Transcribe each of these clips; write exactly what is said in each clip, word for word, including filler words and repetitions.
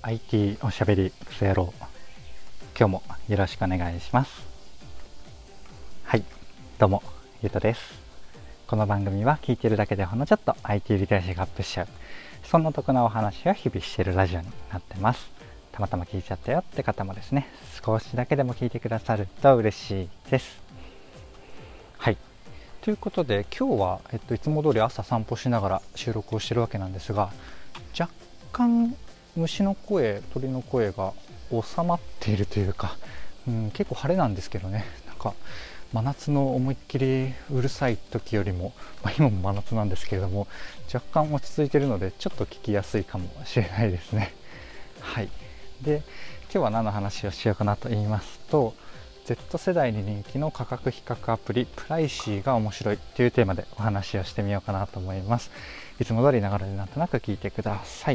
アイティー おしゃべりクソ野郎、今日もよろしくお願いします。はい、どうもゆうとです。この番組は聞いてるだけでほんのちょっと アイティー リテラシーがアップしちゃう、そんな得なお話を日々しているラジオになってます。たまたま聞いちゃったよって方もですね、少しだけでも聞いてくださると嬉しいです。はい、ということで今日は、えっと、いつも通り朝散歩しながら収録をしてるわけなんですが、若干虫の声、鳥の声が収まっているというか、うん、結構晴れなんですけどね、なんか真夏の思いっきりうるさい時よりも、まあ、今も真夏なんですけれども若干落ち着いているのでちょっと聞きやすいかもしれないですね。はい、で今日は何の話をしようかなと言いますと、 Z 世代に人気の価格比較アプリプライシーが面白いというテーマでお話をしてみようかなと思います。いつも通りながらでなんとなく聞いてください。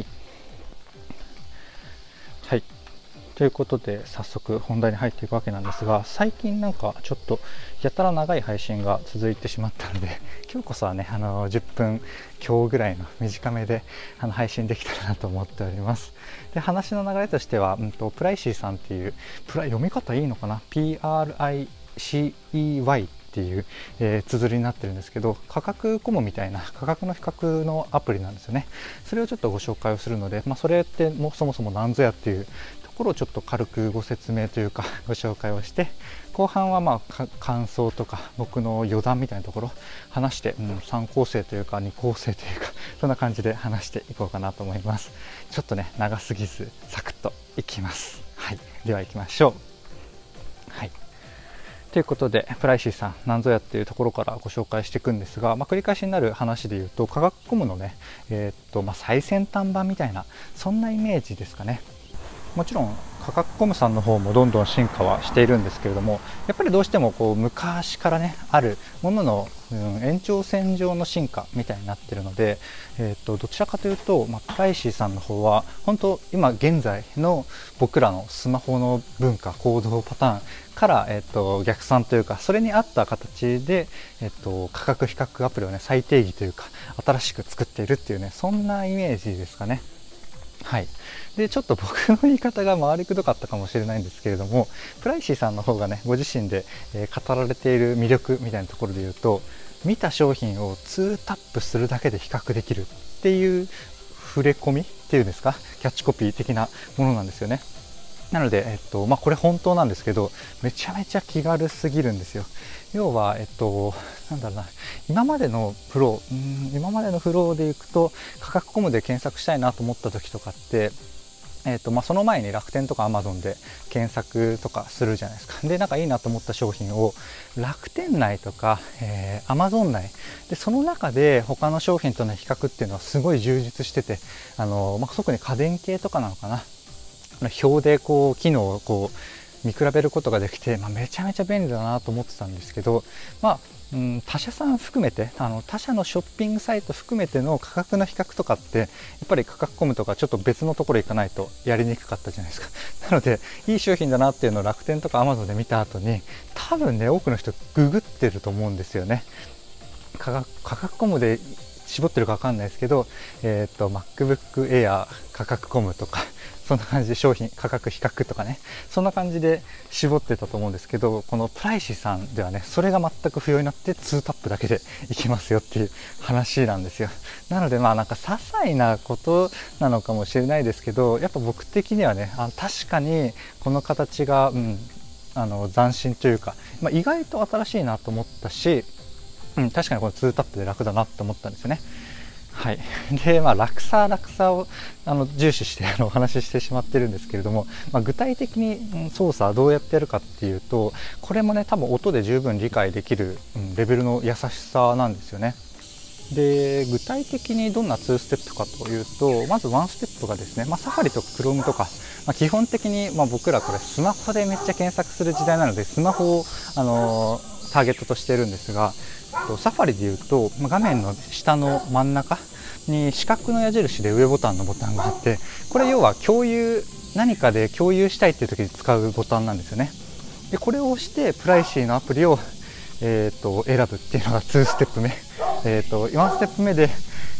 はい、ということで早速本題に入っていくわけなんですが、最近なんかちょっとやたら長い配信が続いてしまったので、今日こそはねあのじゅっぷん強ぐらいの短めであの配信できたらなと思っております。で、話の流れとしては、うん、とプライシーさんっていう、プラ読み方いいのかな、 ピーアールアイシーイーワイ っていう、えー、綴りになってるんですけど、価格コムみたいな価格の比較のアプリなんですよね。それをちょっとご紹介をするので、まあ、それってもそもそも何ぞやっていうところをちょっと軽くご説明というかご紹介をして、後半はまあ感想とか僕の余談みたいなところ話して、うん、さん構成というかに構成というかそんな感じで話していこうかなと思います。ちょっとね長すぎずサクッといきます。はい、では行きましょう。はい、ということでプライシーさん何ぞやっていうところからご紹介していくんですが、まあ、繰り返しになる話でいうと科学コムのね、えーっとまあ、最先端版みたいなそんなイメージですかね。もちろん価格コムさんの方もどんどん進化はしているんですけれども、やっぱりどうしてもこう昔からねあるものの、うん、延長線上の進化みたいになっているので、えー、とどちらかというと、まあ、プライシーさんの方は本当今現在の僕らのスマホの文化行動パターンから、えー、と逆算というか、それに合った形で、えー、と価格比較アプリをね再定義というか新しく作っているっていうね、そんなイメージですかね。はい、でちょっと僕の言い方が回りくどかったかもしれないんですけれども、プライシーさんの方がねご自身で、えー、語られている魅力みたいなところで言うと、見た商品をにタップするだけで比較できるっていう触れ込みっていうんですか、キャッチコピー的なものなんですよね。なので、えっとまあ、これ本当なんですけど、めちゃめちゃ気軽すぎるんですよ。要は、えっと、なんだろうな、今までのフロー、うん今までのフローでいくと、価格コムで検索したいなと思った時とかって、えっとまあ、その前に楽天とかアマゾンで検索とかするじゃないですか。で、なんかいいなと思った商品を楽天内とか、えー、アマゾン内で、その中で他の商品との比較っていうのはすごい充実してて、あの、まあ、特に家電系とかなのかな、表でこう機能をこう見比べることができて、まあ、めちゃめちゃ便利だなと思ってたんですけど、まあうん、他社さん含めてあの他社のショッピングサイト含めての価格の比較とかってやっぱり価格コムとかちょっと別のところ行かないとやりにくかったじゃないですか。なのでいい商品だなっていうのを楽天とかアマゾンで見た後に、多分ね多くの人ググってると思うんですよね。価格価格コムで絞ってるか分かんないですけど、えー、と MacBook Air 価格コムとかそんな感じで商品価格比較とかね、そんな感じで絞ってたと思うんですけど、このプライシーさんではねそれが全く不要になってにタップだけでいきますよっていう話なんですよ。なのでまあなんか些細なことなのかもしれないですけど、やっぱ僕的にはねあ確かにこの形が、うん、あの斬新というか、まあ、意外と新しいなと思ったし、うん、確かにこのにタップで楽だなって思ったんですよね。はい、で、まあ、楽さ楽さをあの重視してあのお話ししてしまってるんですけれども、まあ、具体的に操作はどうやってやるかっていうと、これもね多分音で十分理解できる、うん、レベルの優しさなんですよね。で、具体的にどんなにステップかというと、まずいちステップがですね、まあ、サファリとか Chrome とか、まあ、基本的に、まあ、僕らこれスマホでめっちゃ検索する時代なのでスマホを、あのー、ターゲットとしているんですが、サファリでいうと画面の下の真ん中に四角の矢印で上ボタンのボタンがあって、これ要は共有、何かで共有したいっていう時に使うボタンなんですよね。でこれを押してプライシーのアプリを、えー、と選ぶっていうのがにステップ目、えー、といちステップ目で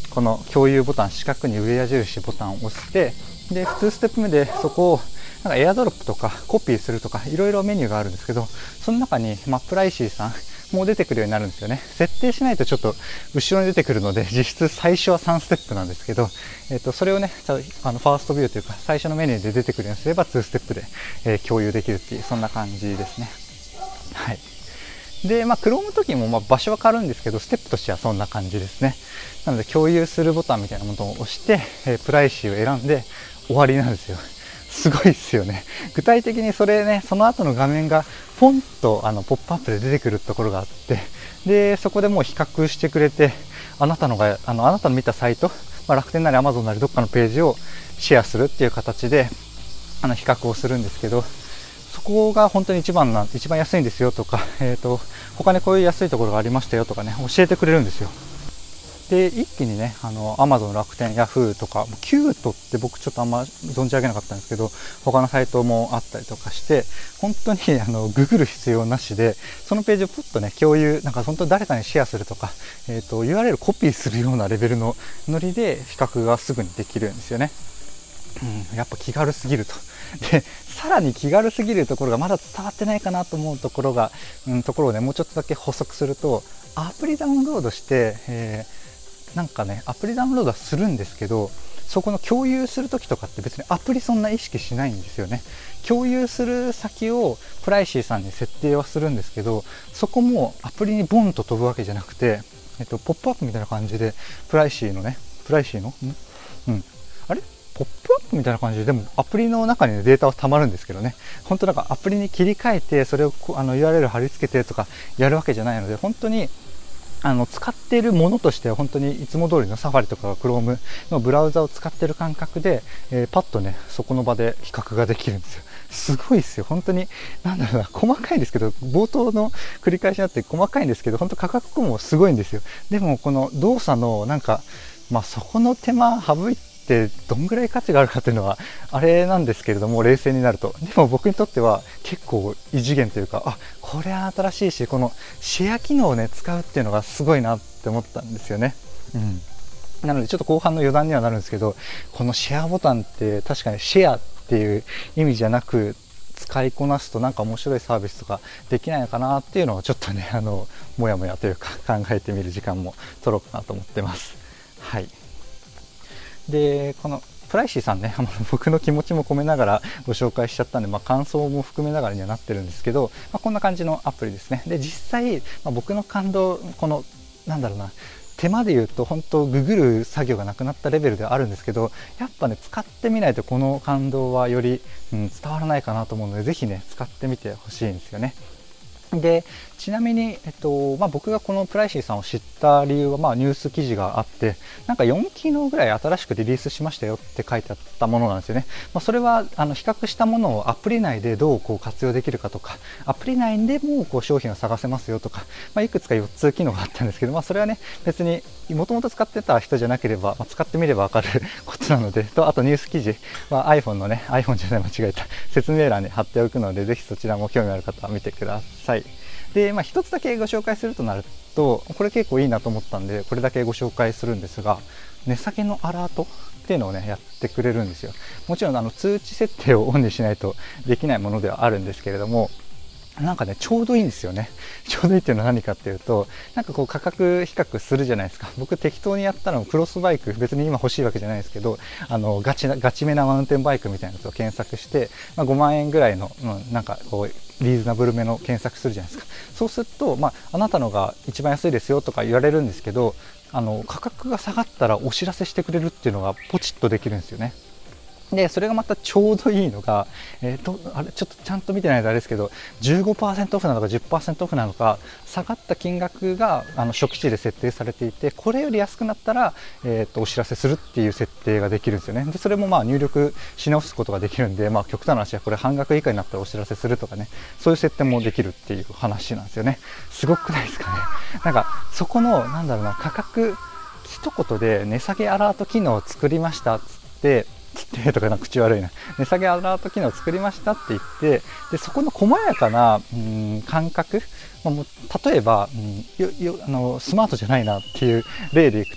この共有ボタン、四角に上矢印ボタンを押して、でにステップ目でそこをなんかエアドロップとかコピーするとかいろいろメニューがあるんですけど、その中に、まあ、プライシーさんも出てくるようになるんですよね。設定しないとちょっと後ろに出てくるので、実質最初はさんステップなんですけど、えっと、それをね、あのファーストビューというか最初のメニューで出てくるようにすればにステップで、えー、共有できるっていう、そんな感じですね。はい。で、まあ、Chrome の時もまあ場所は変わるんですけど、ステップとしてはそんな感じですね。なので、共有するボタンみたいなものを押して、えー、プライシーを選んで終わりなんですよ。すごいですよね。具体的にそれね、その後の画面がポンとあのポップアップで出てくるところがあって、で、そこでもう比較してくれて、あなたのが、あの、あなたの見たサイト、まあ、楽天なり Amazon なりどっかのページをシェアするっていう形で、あの、比較をするんですけど、そこが本当に一番な、一番安いんですよとか、えっと、他にこういう安いところがありましたよとかね、教えてくれるんですよ。で、一気にね、あの、Amazon、楽天、Yahoo とか、キュートって僕ちょっとあんま存じ上げなかったんですけど、他のサイトもあったりとかして、本当にあの、ググる必要なしで、そのページをプッとね、共有、なんか本当に誰かにシェアするとか、えっと、ユーアールエル コピーするようなレベルのノリで比較がすぐにできるんですよね。うん、やっぱ気軽すぎると。で、さらに気軽すぎるところがまだ伝わってないかなと思うところが、うん、ところをね、もうちょっとだけ補足すると、アプリダウンロードして、えーなんかね、アプリダウンロードはするんですけど、そこの共有するときとかって別にアプリそんな意識しないんですよね。共有する先をプライシーさんに設定はするんですけど、そこもアプリにボンと飛ぶわけじゃなくて、えっと、ポップアップみたいな感じで、プライシーのね、プライシーのんうん。あれポップアップみたいな感じで、でもアプリの中にデータは溜まるんですけどね。本当なんかアプリに切り替えて、それをあの ユーアールエル 貼り付けてとかやるわけじゃないので、本当にあの使っているものとしては本当にいつも通りのサファリとか Chrome のブラウザを使っている感覚で、えー、パッとねそこの場で比較ができるんですよ。すごいですよ。本当になんだろうな、細かいんですけど、冒頭の繰り返しになって細かいんですけど、本当価格コムもすごいんですよ。でもこの動作のなんか、まあ、そこの手間省いてでどんぐらい価値があるかというのはあれなんですけれども、冷静になるとでも僕にとっては結構異次元というか、あ、これは新しいし、このシェア機能をね使うっていうのがすごいなって思ったんですよね。うんなのでちょっと後半の余談にはなるんですけど、このシェアボタンって確かにシェアっていう意味じゃなく使いこなすとなんか面白いサービスとかできないのかなっていうのをちょっとね、あのもやもやというか考えてみる時間も取ろうかなと思ってます。はい。でこのプライシーさんね、僕の気持ちも込めながらご紹介しちゃったんで、まあ、感想も含めながらにはなってるんですけど、まあ、こんな感じのアプリですね。で実際、まあ、僕の感動、このなんだろうな、手間で言うと本当ググる作業がなくなったレベルではあるんですけど、やっぱね使ってみないとこの感動はより、うん、伝わらないかなと思うので、ぜひね使ってみてほしいんですよね。でちなみに、えっとまあ、僕がこのプライシーさんを知った理由は、まあ、ニュース記事があって、なんかよん機能ぐらい新しくリリースしましたよって書いてあったものなんですよね。まあ、それはあの比較したものをアプリ内でどうこう活用できるかとか、アプリ内でもこう商品を探せますよとか、まあ、いくつかよっつ機能があったんですけど、まあ、それはね別にもともと使ってた人じゃなければ、まあ、使ってみれば分かることなので、とあとニュース記事は iPhone のね iPhone じゃない間違えた説明欄に貼っておくので、ぜひそちらも興味ある方は見てください。で、まあ、一つだけご紹介するとなると、これ結構いいなと思ったんでこれだけご紹介するんですが、値下げのアラートっていうのをねやってくれるんですよ。もちろんあの通知設定をオンにしないとできないものではあるんですけれども、なんかねちょうどいいんですよね。ちょうどいいっていうのは何かっていうと、なんかこう価格比較するじゃないですか。僕適当にやったのクロスバイク、別に今欲しいわけじゃないですけど、あのガチなガチめなマウンテンバイクみたいなやつを検索して、まあ、ごまんえんぐらいの、うん、なんかこうリーズナブルめの検索するじゃないですか。そうすると、まあ、あなたのが一番安いですよとか言われるんですけど、あの価格が下がったらお知らせしてくれるっていうのがポチッとできるんですよね。でそれがまたちょうどいいのが、えー、とあれちょっとちゃんと見てないとあれですけど じゅうごパーセント オフなのか じゅっパーセント オフなのか、下がった金額があの初期値で設定されていて、これより安くなったら、えー、とお知らせするっていう設定ができるんですよね。でそれもまあ入力し直すことができるんで、まあ、極端な話はこれ半額以下になったらお知らせするとかね、そういう設定もできるっていう話なんですよね。すごくないですかね。なんかそこのなんだろうな、価格一言で値下げアラート機能を作りましたっつってってとかな口悪いな、値下げアラート機能を作りましたって言って、でそこの細やかな、うん、感覚、まあ、もう例えば、うん、よよあのスマートじゃないなっていう例でいくと、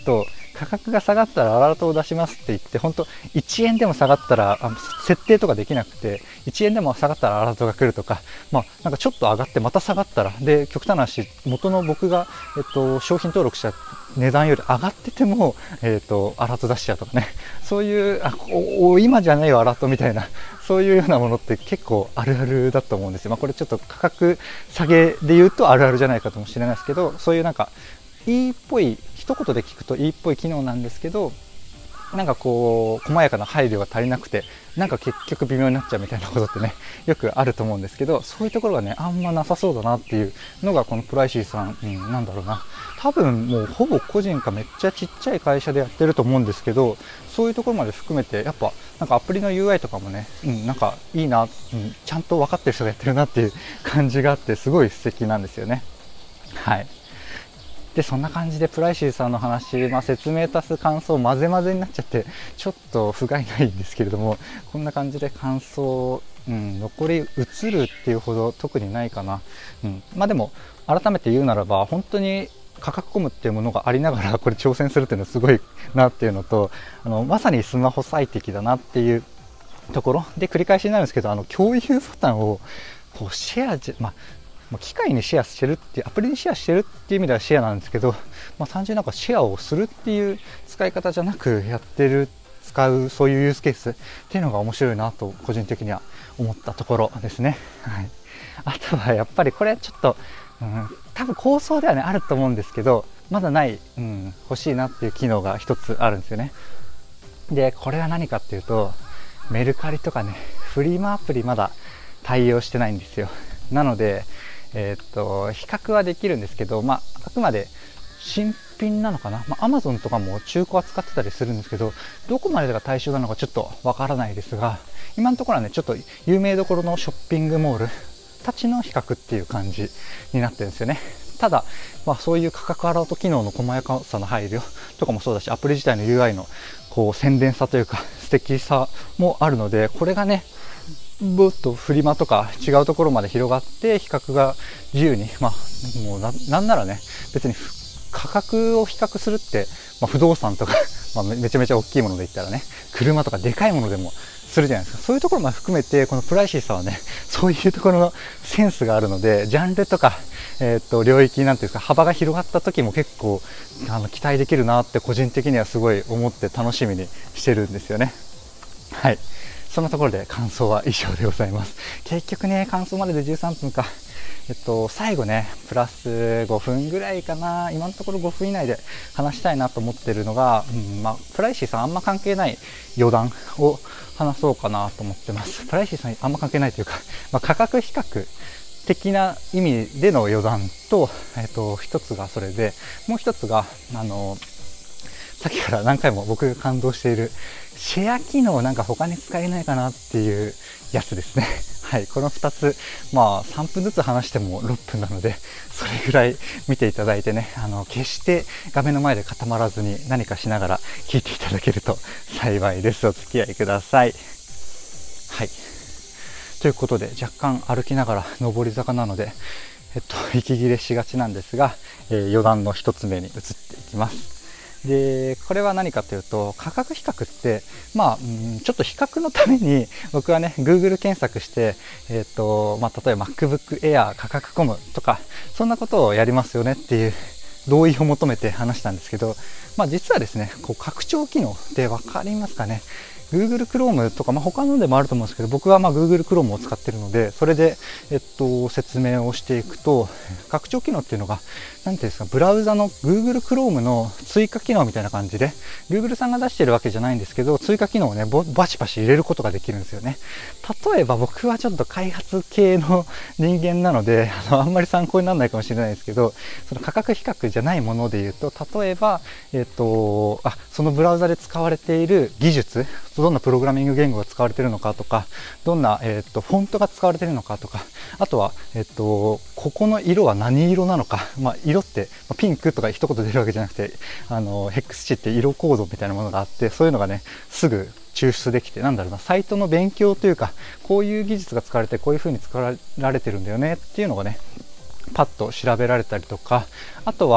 価格が下がったらアラートを出しますって言って、本当いちえんでも下がったら、あ設定とかできなくて、いちえんでも下がったらアラートが来るとか、まあなんかちょっと上がってまた下がったら、で極端な話、元の僕が、えっと、商品登録した値段より上がってても、えっと、アラート出しちゃうとかね、そういう、あお今じゃないよアラートみたいな、そういうようなものって結構あるあるだと思うんですよ。まあ、これちょっと価格下げで言うとあるあるじゃないかもしれないですけど、そういうなんかいいっぽい、一言で聞くといいっぽい機能なんですけど、なんかこう細やかな配慮が足りなくて、なんか結局微妙になっちゃうみたいなことってね、よくあると思うんですけど、そういうところがねあんまなさそうだなっていうのがこのプライシーさん、うん、なんだろうな、多分もうほぼ個人かめっちゃちっちゃい会社でやってると思うんですけど、そういうところまで含めてやっぱなんかアプリの ユーアイ とかもね、うん、なんかいいな、うん、ちゃんと分かってる人がやってるなっていう感じがあって、すごい素敵なんですよね。はい。でそんな感じでプライシーさんの話、まあ、説明足す感想混ぜ混ぜになっちゃってちょっと不甲斐ないんですけれども、こんな感じで感想、うん、残り移るっていうほど特にないかな、うん、まあでも改めて言うならば、本当に価格コムっていうものがありながらこれ挑戦するっていうのはすごいなっていうのと、あのまさにスマホ最適だなっていうところで、繰り返しになるんですけど、あの共有ボタンをこうシェアじ、まあ機械にシェアしてるっていう、アプリにシェアしてるっていう意味ではシェアなんですけど、まあ、単純になんかシェアをするっていう使い方じゃなくやってる、使うそういうユースケースっていうのが面白いなと個人的には思ったところですね。はい、あとはやっぱりこれちょっと、うん、多分構想ではねあると思うんですけど、まだない、うん、欲しいなっていう機能が一つあるんですよね。でこれは何かっていうと、メルカリとかねフリマアプリまだ対応してないんですよ。なのでえー、っと比較はできるんですけど、まあ、あくまで新品なのかな、まあ、Amazon とかも中古扱ってたりするんですけど、どこまでが対象なのかちょっとわからないですが、今のところはねちょっと有名どころのショッピングモールたちの比較っていう感じになってるんですよね。ただ、まあ、そういう価格アラート機能の細やかさの配慮とかもそうだし、アプリ自体の ユーアイ のこう洗練さというか素敵さもあるので、これがねぼっとフリマとか違うところまで広がって比較が自由に、まあもう な, なんならね別に価格を比較するって、まあ、不動産とかまあめちゃめちゃ大きいもので言ったらね、車とかでかいものでもするじゃないですか。そういうところまで含めてこのプライシーさんはね、そういうところのセンスがあるので、ジャンルとか、えー、っと領域なんていうか幅が広がった時も結構あの期待できるなって個人的にはすごい思って楽しみにしてるんですよね。はい、そんなところで感想は以上でございます。結局ね感想まででじゅうさんぷんか。えっと最後ねプラスごふんぐらいかな、今のところごふん以内で話したいなと思ってるのが、うんまあ、プライシーさんあんま関係ない余談を話そうかなと思ってます。プライシーさんあんま関係ないというか、まあ、価格比較的な意味での余談と、えっと一つがそれで、もう一つがあのさっきから何回も僕が感動しているシェア機能、なんか他に使えないかなっていうやつですね。はい、このふたつ、まあさんぷんずつ話してもろっぷんなので、それぐらい見ていただいてね、あの決して画面の前で固まらずに何かしながら聞いていただけると幸いです。お付き合いください。はい、ということで若干歩きながら上り坂なので、えっと息切れしがちなんですが、えー、余談の一つ目に移っていきます。でこれは何かというと、価格比較って、まあ、うんちょっと比較のために僕はね Google 検索して、えーとまあ、例えば MacBook Air 価格コムとかそんなことをやりますよねっていう同意を求めて話したんですけど、まあ、実はですねこう拡張機能って分かりますかね。Google Chrome とか、まあ、他のでもあると思うんですけど、僕はまあ Google Chrome を使っているので、それで、えっと、説明をしていくと、拡張機能っていうのが、なんていうんですか、ブラウザの Google Chrome の追加機能みたいな感じで、Google さんが出してるわけじゃないんですけど、追加機能をね、バシバシ入れることができるんですよね。例えば僕はちょっと開発系の人間なので、あの、あんまり参考にならないかもしれないですけど、その価格比較じゃないもので言うと、例えば、えっと、あ、そのブラウザで使われている技術、どんなプログラミング言語が使われているのかとか、どんな、えー、とフォントが使われているのかとか、あとは、えー、とここの色は何色なのか、まあ、色って、まあ、ピンクとか一言出るわけじゃなくて、あのヘックス値って色コードみたいなものがあって、そういうのがねすぐ抽出できて、なんだろうな、サイトの勉強というか、こういう技術が使われてこういう風に使われてるんだよねっていうのがねパッと調べられたりとか、あとは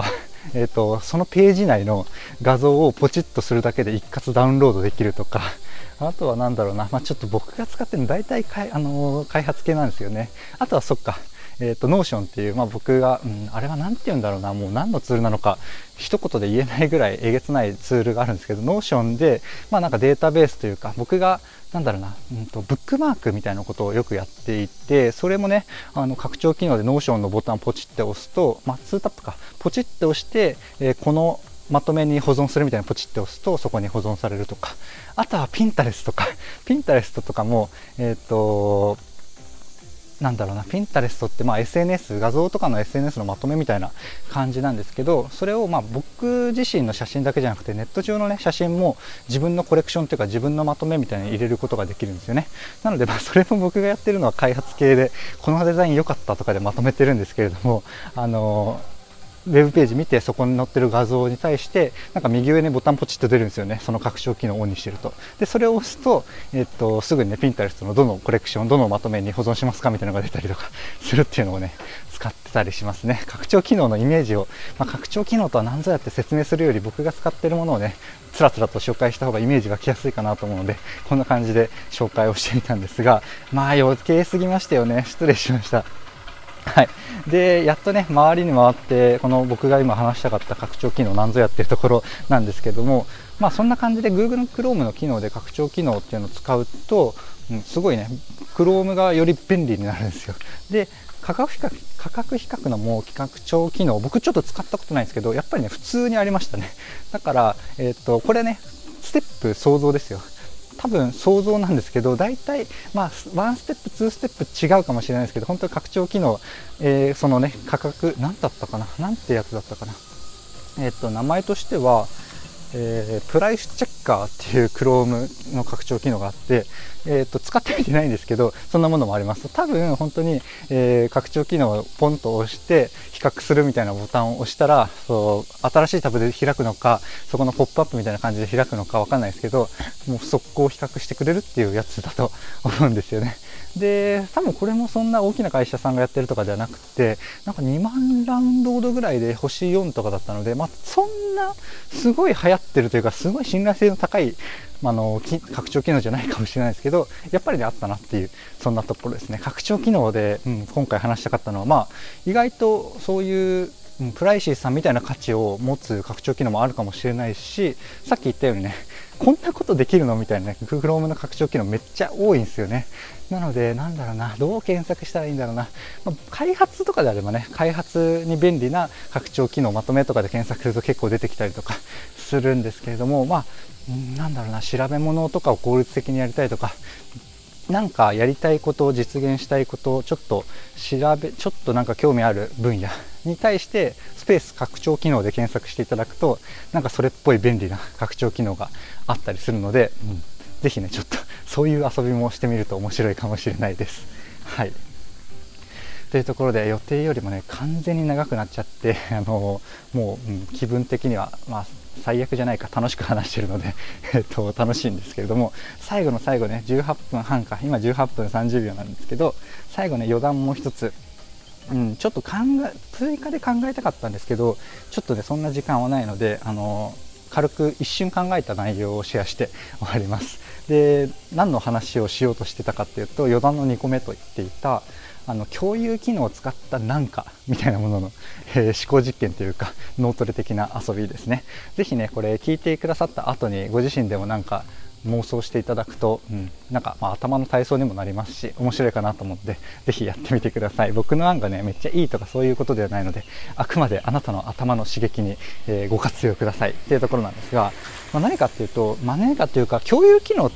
えーと、そのページ内の画像をポチッとするだけで一括ダウンロードできるとか、あとはなんだろうな、まあ、ちょっと僕が使ってるの大体かい、あのー、開発系なんですよね。あとはそっか、えーと、Notion っていう、まあ、僕が、うん、あれは何て言うんだろうな、もう何のツールなのか一言で言えないぐらいえげつないツールがあるんですけど、Notion で、まあ、なんかデータベースというか、僕がなんだろうな、うんと、ブックマークみたいなことをよくやっていて、それもね、あの拡張機能で Notion のボタンをポチって押すと、まあ、ツータップかポチって押して、えー、このまとめに保存するみたいなポチって押すとそこに保存されるとか、あとは Pinterest とかPinterest とかもえっとなんだろうな、Pinterest ってまあ エスエヌエス、画像とかの エスエヌエス のまとめみたいな感じなんですけど、それをまあ僕自身の写真だけじゃなくてネット上のね写真も自分のコレクションというか自分のまとめみたいに入れることができるんですよね。なのでまあそれも僕がやってるのは開発系で、このデザイン良かったとかでまとめてるんですけれども、あのーウェブページ見てそこに載ってる画像に対してなんか右上にボタンポチッと出るんですよね。その拡張機能をオンにしてると。でそれを押すと、えっと、すぐにね Pinterest のどのコレクションどのまとめに保存しますかみたいなのが出たりとかするっていうのをね使ってたりしますね。拡張機能のイメージを、まあ、拡張機能とは何ぞやって説明するより僕が使ってるものをねつらつらと紹介した方がイメージが来やすいかなと思うので、こんな感じで紹介をしてみたんですが、まあ余計すぎましたよね。失礼しました。はい、でやっとね周りに回ってこの僕が今話したかった拡張機能なんぞやっていうところなんですけども、まあそんな感じで Google Chrome の機能で拡張機能っていうのを使うと、うん、すごいね Chrome がより便利になるんですよ。で価格比較価格比較のもう拡張機能僕ちょっと使ったことないんですけど、やっぱりね普通にありましたね。だから、えー、とこれねステップ想像ですよ。多分想像なんですけど、大体まあワンステップツーステップ違うかもしれないですけど、本当に拡張機能、えー、そのね価格何だったかな、なんてやつだったかな、えっと名前としては、えー、プライスチェッカーっていう Chrome の拡張機能があって、えー、と使ってみてないんですけどそんなものもあります。多分本当に、えー、拡張機能をポンと押して比較するみたいなボタンを押したらそう新しいタブで開くのかそこのポップアップみたいな感じで開くのかわかんないですけど、もう速攻比較してくれるっていうやつだと思うんですよね。で多分これもそんな大きな会社さんがやってるとかではなくて、なんかにまんダウンロードぐらいで星よんとかだったので、まあ、そんなすごい流行ってるというかすごい信頼性の高いあの拡張機能じゃないかもしれないですけど、やっぱりねあったなっていうそんなところですね。拡張機能で、うん、今回話したかったのは、まあ、意外とそういううん、プライシーさんみたいな価値を持つ拡張機能もあるかもしれないし、さっき言ったようにねこんなことできるのみたいなね Chrome の拡張機能めっちゃ多いんですよね。なのでなんだろうな、どう検索したらいいんだろうな、まあ、開発とかであればね開発に便利な拡張機能まとめとかで検索すると結構出てきたりとかするんですけれども、まあなんだろうな、調べ物とかを効率的にやりたいとかなんかやりたいことを実現したいことをちょっと調べちょっとなんか興味ある分野に対してスペース拡張機能で検索していただくとなんかそれっぽい便利な拡張機能があったりするので、うん、ぜひねちょっとそういう遊びもしてみると面白いかもしれないです。はい、というところで予定よりもね完全に長くなっちゃってあのもう、うん、気分的にはまあ最悪じゃないか楽しく話してるのでえっと楽しいんですけれども、最後の最後ねじゅうはっぷんはんか、今じゅうはっぷんさんじゅうびょうなんですけど、最後ね余談もう一つ、うん、ちょっと考え追加で考えたかったんですけどちょっとねそんな時間はないのであの軽く一瞬考えた内容をシェアして終わります。で何の話をしようとしてたかっていうと、余談のにこめと言っていたあの共有機能を使ったなんかみたいなものの、えー、思考実験というか脳トレ的な遊びですね。ぜひねこれ聞いてくださった後にご自身でもなんか妄想していただくと、うん、なんかまあ頭の体操にもなりますし面白いかなと思ってぜひやってみてください。僕の案がねめっちゃいいとかそういうことではないので、あくまであなたの頭の刺激に、えー、ご活用くださいっていうところなんですが、まあ、何かっていうと、まあ、何かというか共有機能って、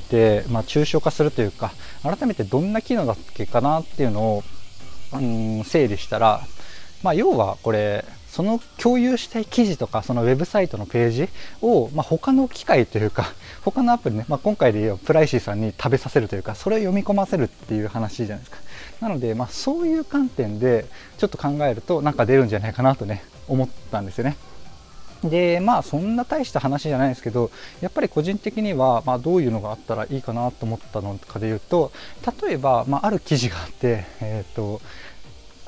まあ、抽象化するというか改めてどんな機能だっけかなっていうのをうん整理したら、まあ、要はこれその共有したい記事とかそのウェブサイトのページを、まあ、他の機械というか他のアプリね、まあ、今回で言えばプライシーさんに食べさせるというかそれを読み込ませるっていう話じゃないですか。なので、まあ、そういう観点でちょっと考えるとなんか出るんじゃないかなとね思ったんですよね。でまあそんな大した話じゃないですけど、やっぱり個人的には、まあ、どういうのがあったらいいかなと思ったのかで言うと、例えば、まあ、ある記事があって、えーと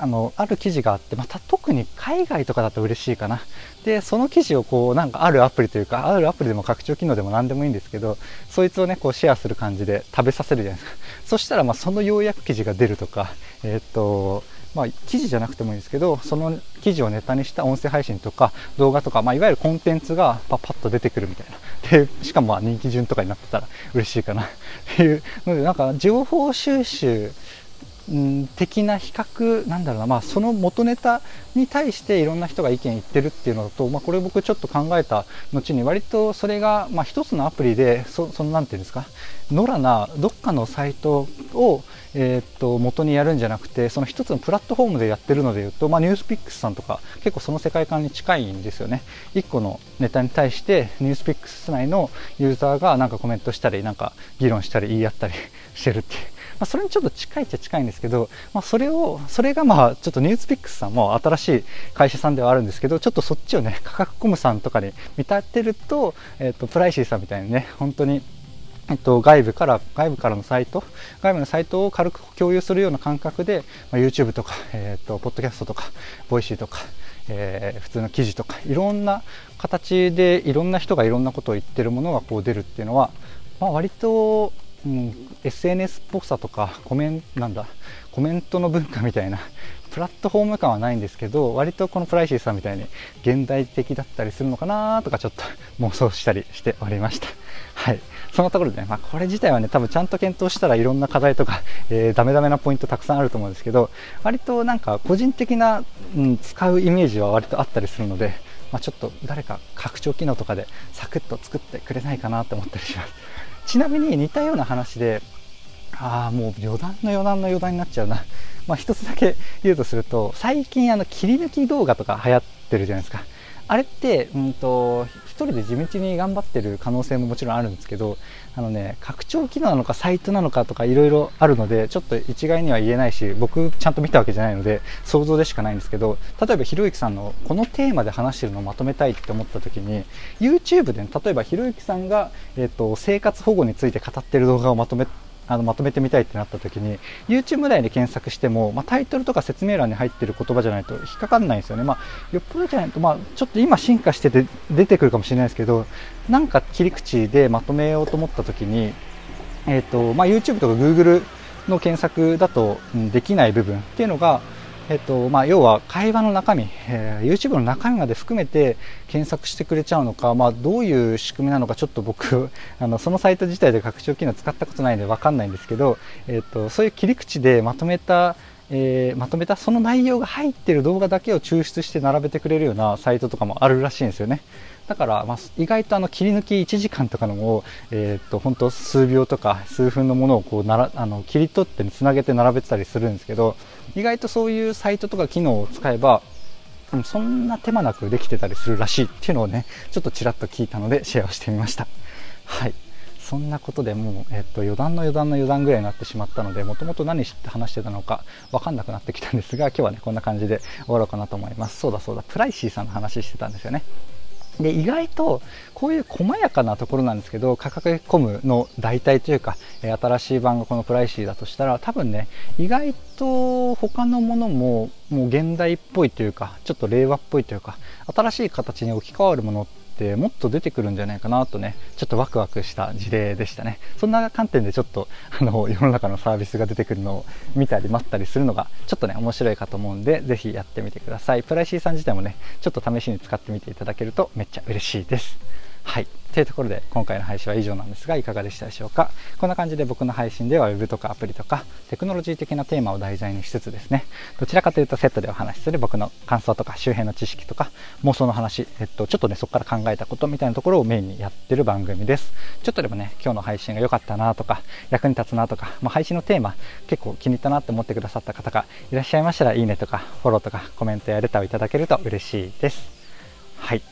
あのある記事があって、また特に海外とかだと嬉しいかな。でその記事をこうなんかあるアプリというか、あるアプリでも拡張機能でも何でもいいんですけど、そいつをねこうシェアする感じで食べさせるじゃないですか。そしたらまあその要約記事が出るとか、えー、っとまあ、記事じゃなくてもいいんですけど、その記事をネタにした音声配信とか動画とか、まあ、いわゆるコンテンツがパッと出てくるみたいな。でしかもまあ人気順とかになってたら嬉しいかなっていうので、なんか情報収集的な比較なんだろうな、まあ、その元ネタに対していろんな人が意見言ってるっていうのと、まあ、これ僕ちょっと考えた後に割とそれがまあ一つのアプリでそそのなんていうんですか、野良などっかのサイトをえー、っと元にやるんじゃなくて、その一つのプラットフォームでやってるのでいうと、まあ、ニュースピックスさんとか結構その世界観に近いんですよね。一個のネタに対してニュースピックス内のユーザーがなんかコメントしたりなんか議論したり言い合ったりしてるっていう、まあ、それにちょっと近いっちゃ近いんですけど、まあ、それをそれがまあちょっとニュースピックスさんも新しい会社さんではあるんですけど、ちょっとそっちをね価格コムさんとかに見立てると、えー、っとプライシーさんみたいにね本当にえっと、外部から外部からのサイト外部のサイトを軽く共有するような感覚で、まあ、YouTube とか、えっと、ポッドキャストとかボイシーとか、えー、普通の記事とかいろんな形でいろんな人がいろんなことを言ってるものがこう出るっていうのは、まあ、割と、うん、エスエヌエス っぽさとかコメンなんだコメントの文化みたいなプラットフォーム感はないんですけど、割とこのプライシーさんみたいに現代的だったりするのかなとかちょっと妄想したりしておりました。はい、そのところでね、まあ、これ自体はね多分ちゃんと検討したらいろんな課題とか、えー、ダメダメなポイントたくさんあると思うんですけど、割となんか個人的な、うん、使うイメージは割とあったりするので、まあ、ちょっと誰か拡張機能とかでサクッと作ってくれないかなと思ったりします。ちなみに似たような話で、ああもう余談の余談の余談になっちゃうな。まあ一つだけ言うとすると、最近あの切り抜き動画とか流行ってるじゃないですか。あれって、うんと一人で地道に頑張ってる可能性ももちろんあるんですけど、あのね拡張機能なのかサイトなのかとかいろいろあるので、ちょっと一概には言えないし、僕ちゃんと見たわけじゃないので想像でしかないんですけど、例えばひろゆきさんのこのテーマで話してるのをまとめたいって思った時に YouTube で、ね、例えばひろゆきさんが、えーと、生活保護について語ってる動画をまとめあのまとめてみたいってなった時に YouTube 内で検索しても、まあ、タイトルとか説明欄に入ってる言葉じゃないと引っかかんないんですよね。まあ、よっぽどじゃないと、まあ、ちょっと今進化してて出てくるかもしれないですけど、なんか切り口でまとめようと思った時に、えーとまあ、YouTube とか Google の検索だと、うん、できない部分っていうのが、えっとまあ、要は会話の中身、えー、YouTube の中身まで含めて検索してくれちゃうのか、まあ、どういう仕組みなのかちょっと僕あのそのサイト自体で拡張機能使ったことないので分かんないんですけど、えっと、そういう切り口でまとめた、えー、まとめたその内容が入っている動画だけを抽出して並べてくれるようなサイトとかもあるらしいんですよね。だから、まあ、意外とあの切り抜きいちじかんとかのを、えー、と本当数秒とか数分のものをこうならあの切り取ってつなげて並べてたりするんですけど、意外とそういうサイトとか機能を使えば、うん、そんな手間なくできてたりするらしいっていうのをねちょっとちらっと聞いたのでシェアをしてみました。はい、そんなことでもう、えっと、余談の余談の余談ぐらいになってしまったので、もともと何して話してたのか分かんなくなってきたんですが、今日はねこんな感じで終わろうかなと思います。そうだそうだ、プライシーさんの話してたんですよね。で意外とこういう細やかなところなんですけど、価格コムの代替というか新しい版がこのプライシーだとしたら、多分ね意外と他のものももう現代っぽいというか、ちょっと令和っぽいというか、新しい形に置き換わるものってもっと出てくるんじゃないかなとね、ちょっとワクワクした事例でしたね。そんな観点でちょっとあの世の中のサービスが出てくるのを見たり待ったりするのがちょっとね面白いかと思うんで、ぜひやってみてください。プライシーさん自体もねちょっと試しに使ってみていただけるとめっちゃ嬉しいです。はい、というところで今回の配信は以上なんですが、いかがでしたでしょうか。こんな感じで僕の配信では Web とかアプリとかテクノロジー的なテーマを題材にしつつですね、どちらかというとセットでお話しする僕の感想とか周辺の知識とか妄想の話、えっと、ちょっとねそこから考えたことみたいなところをメインにやってる番組です。ちょっとでもね今日の配信が良かったなとか役に立つなとか、まあ、配信のテーマ結構気に入ったなって思ってくださった方がいらっしゃいましたら、いいねとかフォローとかコメントやレターをいただけると嬉しいです。はい、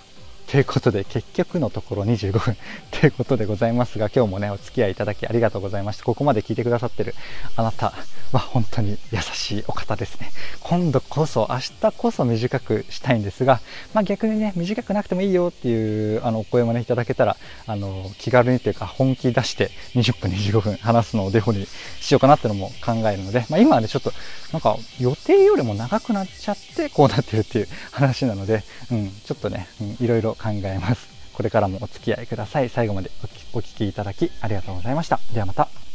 ということで結局のところにじゅうごふんということでございますが、今日もねお付き合いいただきありがとうございました。ここまで聞いてくださってるあなたは本当に優しいお方ですね。今度こそ明日こそ短くしたいんですが、まあ、逆にね短くなくてもいいよっていうあのお声もねいただけたら、あの気軽にというか本気出してにじゅっぷんにじゅうごふん話すのをデフォにしようかなっていうのも考えるので、まあ、今はねちょっとなんか予定よりも長くなっちゃってこうなってるっていう話なので、うん、ちょっとね、うん、いろいろ考えます。これからもお付き合いください。最後までお聞きいただきありがとうございました。ではまた。